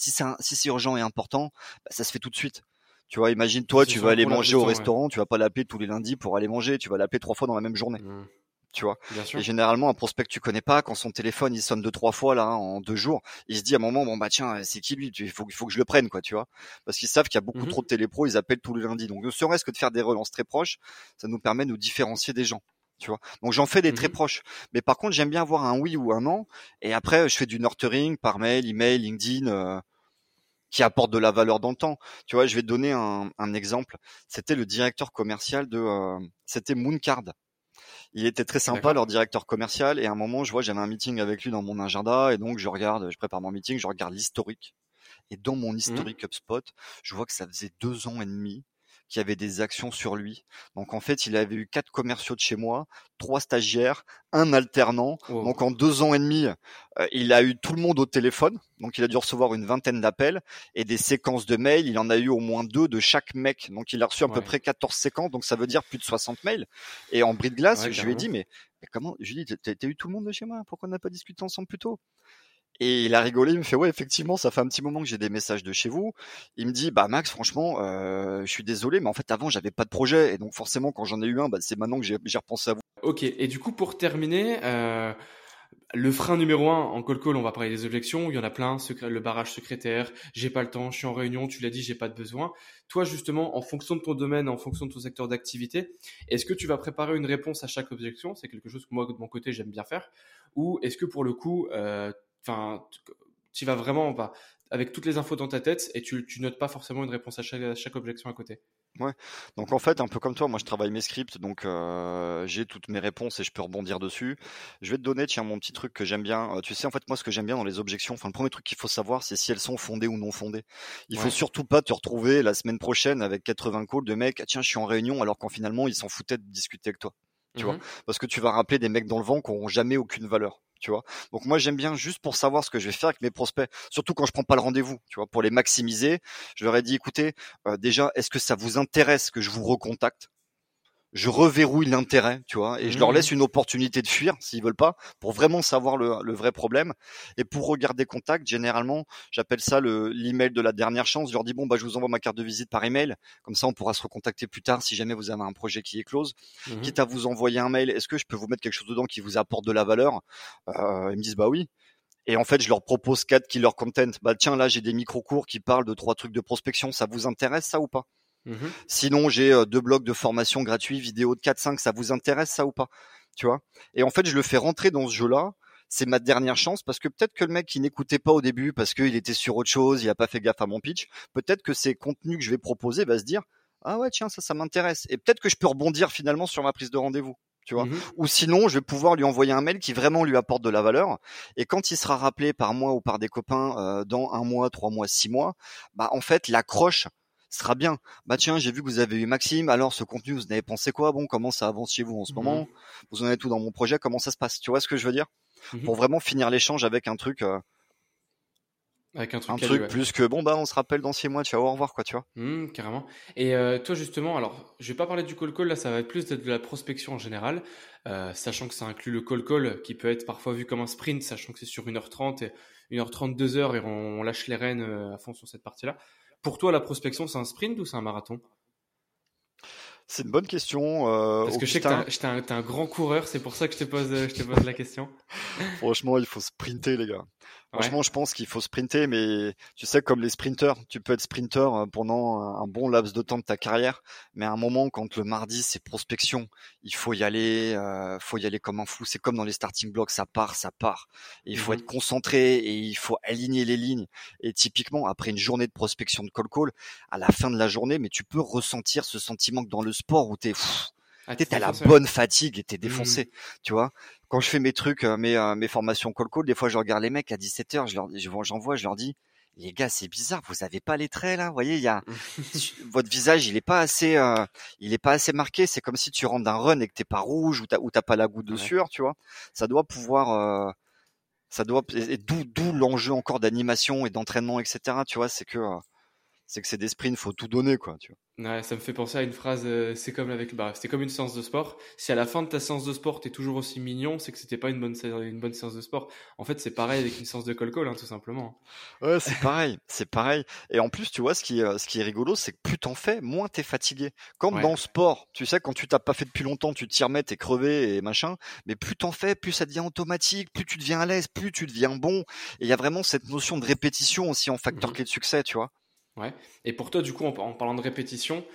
si c'est urgent et important, bah, ça se fait tout de suite. Tu vois, imagine Ça toi, se fait tu sur vas un aller court laps de manger au temps, ouais. restaurant, tu vas pas l'appeler tous les lundis pour aller manger, tu vas l'appeler 3 fois dans la même journée. Mhm. Tu vois. Bien Et sûr. généralement, un prospect que tu connais pas, quand son téléphone il sonne 2-3 fois là en 2 jours, il se dit à un moment bon bah tiens c'est qui lui, il faut que je le prenne quoi, tu vois, parce qu'ils savent qu'il y a beaucoup Mhm. trop de télépros, ils appellent tous les lundis. Donc ne serait-ce que de faire des relances très proches, ça nous permet de nous différencier des gens. Tu vois. Donc j'en fais des très Mhm. proches. Mais par contre, j'aime bien avoir un oui ou un non. Et après, je fais du nurturing par mail, email, LinkedIn, qui apporte de la valeur dans le temps. Tu vois, je vais te donner un exemple. C'était le directeur commercial c'était Mooncard. Il était très sympa, D'accord. leur directeur commercial. Et à un moment, je vois, j'avais un meeting avec lui dans mon agenda. Et donc, je prépare mon meeting, je regarde l'historique. Et dans mon Mhm. historique HubSpot, je vois que ça faisait 2 ans et demi qu'il y avait des actions sur lui. Donc, en fait, il avait eu 4 commerciaux de chez moi, 3 stagiaires, un alternant. Wow. Donc, en 2 ans et demi, il a eu tout le monde au téléphone. Donc, il a dû recevoir une vingtaine d'appels et des séquences de mails. Il en a eu au moins 2 de chaque mec. Donc, il a reçu à peu Ouais. près 14 séquences. Donc, ça veut dire plus de 60 mails. Et en bris de glace, Ouais, je lui ai carrément. dit, mais comment, je lui ai dit, t'as eu tout le monde de chez moi? Pourquoi on n'a pas discuté ensemble plus tôt? Et il a rigolé, il me fait ouais effectivement ça fait un petit moment que j'ai des messages de chez vous. Il me dit bah Max franchement je suis désolé mais en fait avant j'avais pas de projet et donc forcément quand j'en ai eu un bah c'est maintenant que j'ai repensé à vous. Ok. Et du coup, pour terminer, le frein numéro un en call call, on va parler des objections. Il y en a plein. Le barrage secrétaire. J'ai pas le temps. Je suis en réunion. Tu l'as dit. J'ai pas de besoin. Toi, justement, en fonction de ton domaine, en fonction de ton secteur d'activité, est-ce que tu vas préparer une réponse à chaque objection? C'est quelque chose que moi, de mon côté, j'aime bien faire. Ou est-ce que pour le coup, enfin, tu vas vraiment avec toutes les infos dans ta tête et tu notes pas forcément une réponse à chaque objection à côté? Ouais. Donc en fait un peu comme toi moi je travaille mes scripts donc j'ai toutes mes réponses et je peux rebondir dessus. Je vais te donner tiens mon petit truc que j'aime bien. Tu sais en fait moi ce que j'aime bien dans les objections, enfin le premier truc qu'il faut savoir c'est si elles sont fondées ou non fondées. Il faut Ouais. surtout pas te retrouver la semaine prochaine avec 80 calls de mecs, ah, tiens je suis en réunion alors qu'en finalement ils s'en foutaient de discuter avec toi. Tu vois? Mhm. Parce que tu vas rappeler des mecs dans le vent qui auront jamais aucune valeur. Tu vois? Donc moi j'aime bien juste pour savoir ce que je vais faire avec mes prospects, surtout quand je prends pas le rendez-vous, tu vois, pour les maximiser. Je leur ai dit écoutez, déjà, est-ce que ça vous intéresse que je vous recontacte? Je reverrouille l'intérêt, tu vois, et je leur laisse Mhm. une opportunité de fuir s'ils veulent pas, pour vraiment savoir le vrai problème. Et pour regarder contact, généralement, j'appelle ça l'email de la dernière chance. Je leur dis bon bah je vous envoie ma carte de visite par email, comme ça on pourra se recontacter plus tard si jamais vous avez un projet qui est close. Mhm. Quitte à vous envoyer un mail, est-ce que je peux vous mettre quelque chose dedans qui vous apporte de la valeur? Ils me disent bah oui. Et en fait, je leur propose 4 killer content. Bah tiens, là j'ai des micro-cours qui parlent de 3 trucs de prospection. Ça vous intéresse ça ou pas? Mhm. Sinon, j'ai 2 blocs de formation gratuits, vidéo de 4-5, ça vous intéresse ça ou pas? Tu vois? Et en fait, je le fais rentrer dans ce jeu-là. C'est ma dernière chance parce que peut-être que le mec qui n'écoutait pas au début parce qu'il était sur autre chose, il a pas fait gaffe à mon pitch, peut-être que ces contenus que je vais proposer va se dire ah ouais tiens ça m'intéresse et peut-être que je peux rebondir finalement sur ma prise de rendez-vous. Tu vois? Mhm. Ou sinon, je vais pouvoir lui envoyer un mail qui vraiment lui apporte de la valeur. Et quand il sera rappelé par moi ou par des copains dans 1 mois, 3 mois, 6 mois, bah en fait l'accroche ce sera bien. Bah tiens, j'ai vu que vous avez eu Maxime. Alors ce contenu, vous en avez pensé quoi? Bon, comment ça avance chez vous en ce Mhm. moment? Vous en êtes tout dans mon projet? Comment ça se passe? Tu vois ce que je veux dire? Pour Mhm. vraiment finir l'échange avec Avec un truc un quali, truc ouais. plus que bon bah on se rappelle dans 6 mois. Ciao, au revoir quoi, tu vois? Carrément. Et toi justement, alors je vais pas parler du call call là, ça va être plus de la prospection en général, sachant que ça inclut le call call qui peut être parfois vu comme un sprint, sachant que c'est sur 1h30 et 1h30, 2 heures et on lâche les rênes à fond sur cette partie-là. Pour toi, la prospection, c'est un sprint ou c'est un marathon? C'est une bonne question, Parce que je sais que Augustin. t'es un grand coureur, c'est pour ça que je te pose la question. Franchement, il faut sprinter, les gars. Ouais. Franchement, je pense qu'il faut sprinter, mais tu sais, comme les sprinteurs, tu peux être sprinter pendant un bon laps de temps de ta carrière, mais à un moment, quand le mardi, c'est prospection, il faut y aller comme un fou. C'est comme dans les starting blocks, ça part, ça part. Et il faut être Mhm. concentré et il faut aligner les lignes. Et typiquement, après une journée de prospection de call call, à la fin de la journée, mais tu peux ressentir ce sentiment que dans le sport où Ah, t'es t'as la défoncé, ouais. bonne fatigue et t'es Mhm. défoncé, tu vois. Quand je fais mes trucs, mes formations call call, des fois je regarde les mecs à 17h, j'envoie, je leur dis, les gars, c'est bizarre, vous avez pas les traits là, vous voyez, votre visage, il est pas assez marqué. C'est comme si tu rentres d'un run et que t'es pas rouge ou t'as pas la goutte de Ouais. sueur, tu vois. Ça doit pouvoir, et d'où l'enjeu encore d'animation et d'entraînement, etc. Tu vois, c'est que c'est des sprints, faut tout donner, quoi, tu vois. Ouais, ça me fait penser à une phrase, c'est comme une séance de sport. Si à la fin de ta séance de sport, t'es toujours aussi mignon, c'est que c'était pas une bonne séance de sport. En fait, c'est pareil avec une séance de call-call, hein, tout simplement. Ouais, c'est pareil, c'est pareil. Et en plus, tu vois, ce qui est rigolo, c'est que plus t'en fais, moins t'es fatigué. Comme Ouais. dans le sport, tu sais, quand tu t'as pas fait depuis longtemps, tu t'y remets, t'es crevé et machin. Mais plus t'en fais, plus ça devient automatique, plus tu deviens à l'aise, plus tu deviens bon. Et il y a vraiment cette notion de répétition aussi en facteur Mhm. clé de succès, tu vois. Ouais. Et pour toi, du coup, en parlant de répétition,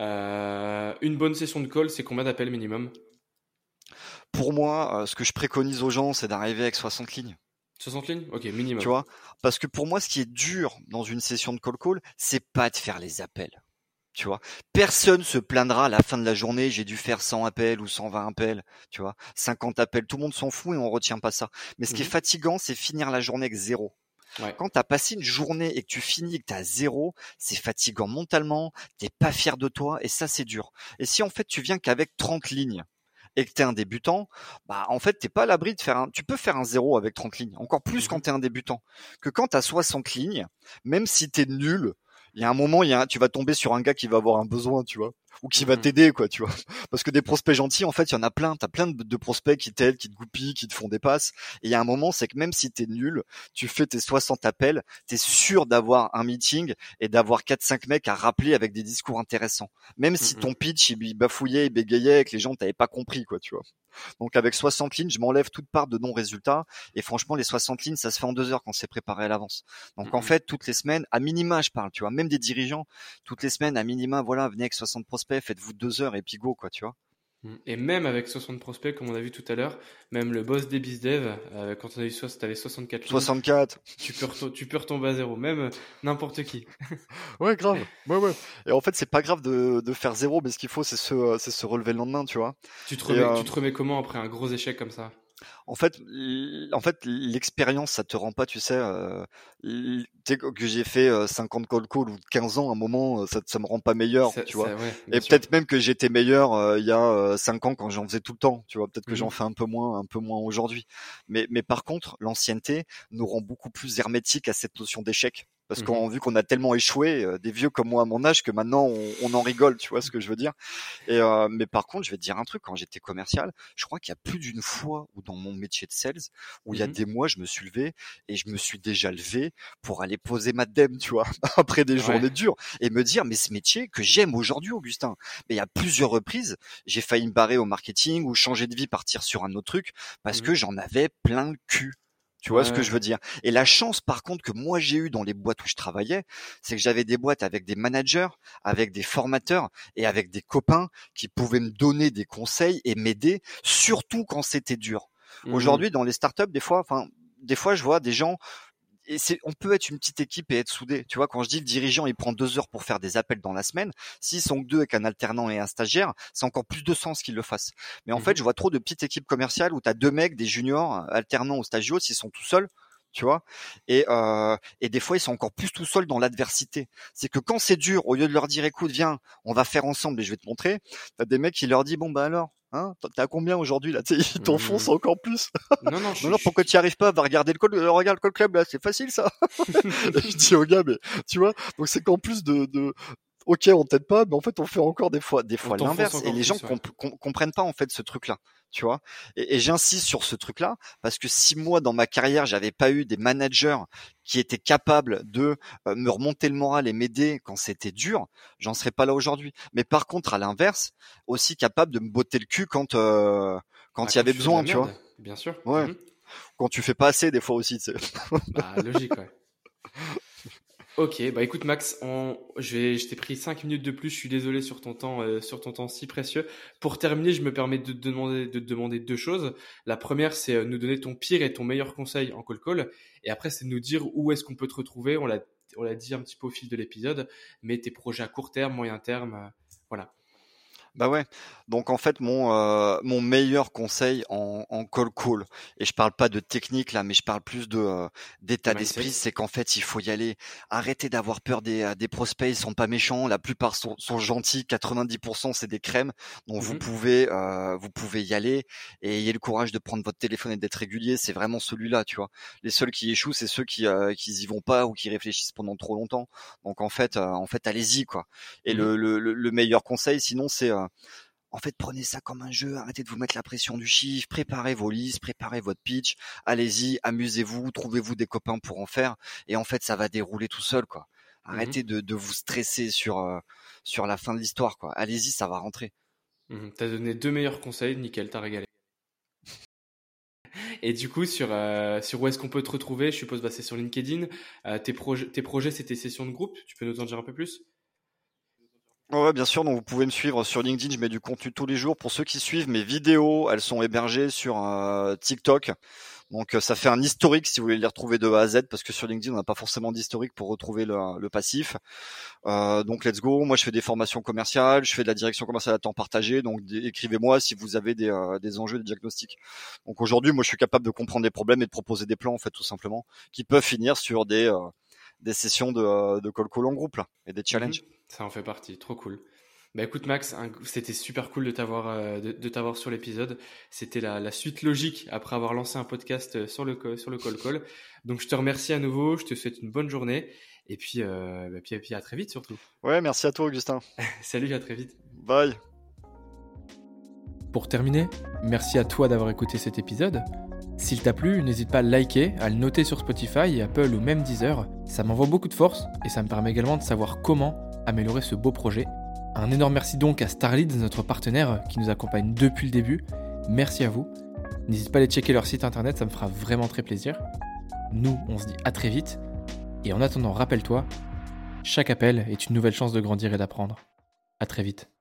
une bonne session de call, c'est combien d'appels minimum? Pour moi, ce que je préconise aux gens, c'est d'arriver avec 60 lignes. 60 lignes? Ok, Tu minimum. vois, parce que pour moi, ce qui est dur dans une session de call, c'est pas de faire les appels. Tu vois, personne se plaindra à la fin de la journée, j'ai dû faire 100 appels ou 120 appels, tu vois, 50 appels, tout le monde s'en fout et on retient pas ça. Mais ce qui est Mhm. fatigant, c'est finir la journée avec zéro. Ouais. Quand tu as passé une journée et que tu finis et que tu as zéro, c'est fatigant mentalement, t'es pas fier de toi et ça c'est dur. Et si en fait tu viens qu'avec 30 lignes et que tu es un débutant, bah en fait t'es pas à l'abri de faire tu peux faire un zéro avec 30 lignes, encore plus quand Mhm. tu es un débutant, que quand tu as 60 lignes, même si tu es nul, il y a un moment, tu vas tomber sur un gars qui va avoir un besoin, tu vois, ou qui va Mhm. t'aider, quoi, tu vois. Parce que des prospects gentils, en fait, il y en a plein. T'as plein de prospects qui t'aident, qui te goupillent, qui te font des passes. Et il y a un moment, c'est que même si t'es nul, tu fais tes 60 appels, t'es sûr d'avoir un meeting et d'avoir 4-5 mecs à rappeler avec des discours intéressants. Même si Mhm. ton pitch, il bafouillait, il bégayait et que les gens t'avaient pas compris, quoi, tu vois. Donc avec 60 lignes, je m'enlève toute part de non-résultat. Et franchement, les 60 lignes, ça se fait en 2 heures quand c'est préparé à l'avance. Donc en Mhm. fait, toutes les semaines, à minima, je parle, tu vois, même des dirigeants, toutes les semaines, à minima, voilà, venez avec 60 prospects, faites-vous 2 heures et puis go, quoi, tu vois. Et même avec 60 prospects, comme on a vu tout à l'heure, même le boss des BizDev, quand on a vu t'avais 64 lignes, 64. tu peux retomber à zéro, même n'importe qui. Ouais, grave. Ouais, ouais. Et en fait, c'est pas grave de faire zéro, mais ce qu'il faut, c'est se relever le lendemain, tu vois. Et Tu te remets comment après un gros échec comme ça? En fait, l'expérience, ça te rend pas, tu sais, tu sais, que j'ai fait 50 cold call ou 15 ans, à un moment, ça me rend pas meilleur, tu vois. Ouais, bien Et sûr. peut-être même que j'étais meilleur il y a 5 ans quand j'en faisais tout le temps, tu vois. Peut-être que j'en Mhm. fais un peu moins aujourd'hui. Mais par contre, l'ancienneté nous rend beaucoup plus hermétiques à cette notion d'échec. Parce Mhm. qu'on vu qu'on a tellement échoué, des vieux comme moi à mon âge, que maintenant on en rigole, tu vois ce que je veux dire. Mais par contre, je vais te dire un truc, quand j'étais commercial, je crois qu'il y a plus d'une fois où dans mon métier de sales, où il y a Mhm. des mois, je me suis levé et je me suis déjà levé pour aller poser ma dème, tu vois, après des Ouais. journées dures et me dire, mais ce métier que j'aime aujourd'hui, Augustin, mais il y a plusieurs reprises, j'ai failli me barrer au marketing ou changer de vie, partir sur un autre truc parce Mhm. que j'en avais plein le cul. Tu vois ce que Ouais. je veux dire? Et la chance, par contre, que moi j'ai eu dans les boîtes où je travaillais, c'est que j'avais des boîtes avec des managers, avec des formateurs et avec des copains qui pouvaient me donner des conseils et m'aider, surtout quand c'était dur. Mhm. Aujourd'hui, dans les startups, des fois, je vois des gens, et on peut être une petite équipe et être soudé. Tu vois, quand je dis le dirigeant, il prend 2 heures pour faire des appels dans la semaine, s'ils sont que deux avec un alternant et un stagiaire, c'est encore plus de sens qu'ils le fassent. Mais en fait, Mhm. je vois trop de petites équipes commerciales où tu as deux mecs, des juniors, alternants ou stagios, s'ils sont tout seuls, tu vois. Et des fois, ils sont encore plus tout seuls dans l'adversité. C'est que quand c'est dur, au lieu de leur dire, écoute, viens, on va faire ensemble et je vais te montrer, t'as des mecs qui leur disent, bon, bah alors, hein, t'es à combien aujourd'hui, là? Tu sais, ils t'enfoncent encore plus. Non, Non, non, pourquoi tu n'y arrives pas? Va regarder regarde le call club, là, c'est facile, ça. Et je dis au gars, mais, tu vois, donc c'est qu'en plus ok, on t'aide pas, mais en fait, on fait encore des fois on t'enfonce l'inverse. Et encore les gens plus, ouais. comprennent pas, en fait, ce truc-là. Tu vois. Et j'insiste sur ce truc-là, parce que si moi, dans ma carrière, j'avais pas eu des managers qui étaient capables de me remonter le moral et m'aider quand c'était dur, j'en serais pas là aujourd'hui. Mais par contre, à l'inverse, aussi capable de me botter le cul quand Bah, il y quand avait tu fais de la besoin, tu vois. merde, bien sûr. Ouais. Quand tu fais pas assez, des fois aussi, tu sais. Bah, logique, ouais. Ok, bah écoute Max, je t'ai pris 5 minutes de plus, je suis désolé sur ton temps si précieux. Pour terminer, je me permets de te demander deux choses. La première, c'est nous donner ton pire et ton meilleur conseil en call. Et après, c'est de nous dire où est-ce qu'on peut te retrouver. On l'a dit un petit peu au fil de l'épisode, mais tes projets à court terme, moyen terme, voilà. Bah ouais. Donc en fait mon meilleur conseil en call, et je parle pas de technique là, mais je parle plus De d'état d'esprit, mindset. c'est qu'en fait il faut y aller. Arrêtez d'avoir peur des prospects, ils sont pas méchants, la plupart sont gentils, 90% c'est des crèmes. Donc Mhm, vous pouvez y aller et ayez le courage de prendre votre téléphone et d'être régulier, c'est vraiment celui-là, tu vois. Les seuls qui échouent, c'est ceux qui y vont pas ou qui réfléchissent pendant trop longtemps. Donc en fait allez-y quoi. Et mhm, le meilleur conseil sinon c'est en fait, prenez ça comme un jeu, arrêtez de vous mettre la pression du chiffre, préparez vos listes, préparez votre pitch, allez-y, amusez-vous, trouvez-vous des copains pour en faire, et en fait, ça va dérouler tout seul, quoi. mhm, Arrêtez de vous stresser sur la fin de l'histoire, quoi. Allez-y, ça va rentrer. mhm. T'as donné deux meilleurs conseils, nickel, t'as régalé. Et du coup, sur où est-ce qu'on peut te retrouver? Je suppose bah, c'est sur LinkedIn. Tes projets, c'est tes sessions de groupe. Tu peux nous en dire un peu plus? Ouais, bien sûr, donc vous pouvez me suivre sur LinkedIn, je mets du contenu tous les jours. Pour ceux qui suivent mes vidéos, elles sont hébergées sur TikTok. Donc ça fait un historique si vous voulez les retrouver de A à Z, parce que sur LinkedIn, on n'a pas forcément d'historique pour retrouver le passif. Donc let's go. Moi, je fais des formations commerciales, je fais de la direction commerciale à temps partagé. Donc écrivez-moi si vous avez des enjeux, des diagnostics. Donc aujourd'hui, moi, je suis capable de comprendre des problèmes et de proposer des plans, en fait, tout simplement, qui peuvent finir sur des sessions de call en groupe là, et des Mhm. challenges. Ça en fait partie. Trop cool. Bah écoute Max, c'était super cool de t'avoir sur l'épisode. C'était la suite logique après avoir lancé un podcast sur le call. Donc je te remercie à nouveau. Je te souhaite une bonne journée. Et puis, puis à très vite surtout. Ouais, merci à toi, Augustin. Salut, à très vite. Bye. Pour terminer, merci à toi d'avoir écouté cet épisode. S'il t'a plu, n'hésite pas à le liker, à le noter sur Spotify, Apple ou même Deezer. Ça m'envoie beaucoup de force et ça me permet également de savoir comment améliorer ce beau projet. Un énorme merci donc à Starleads, notre partenaire qui nous accompagne depuis le début. Merci à vous. N'hésite pas à aller checker leur site internet, ça me fera vraiment très plaisir. Nous, on se dit à très vite. Et en attendant, rappelle-toi, chaque appel est une nouvelle chance de grandir et d'apprendre. À très vite.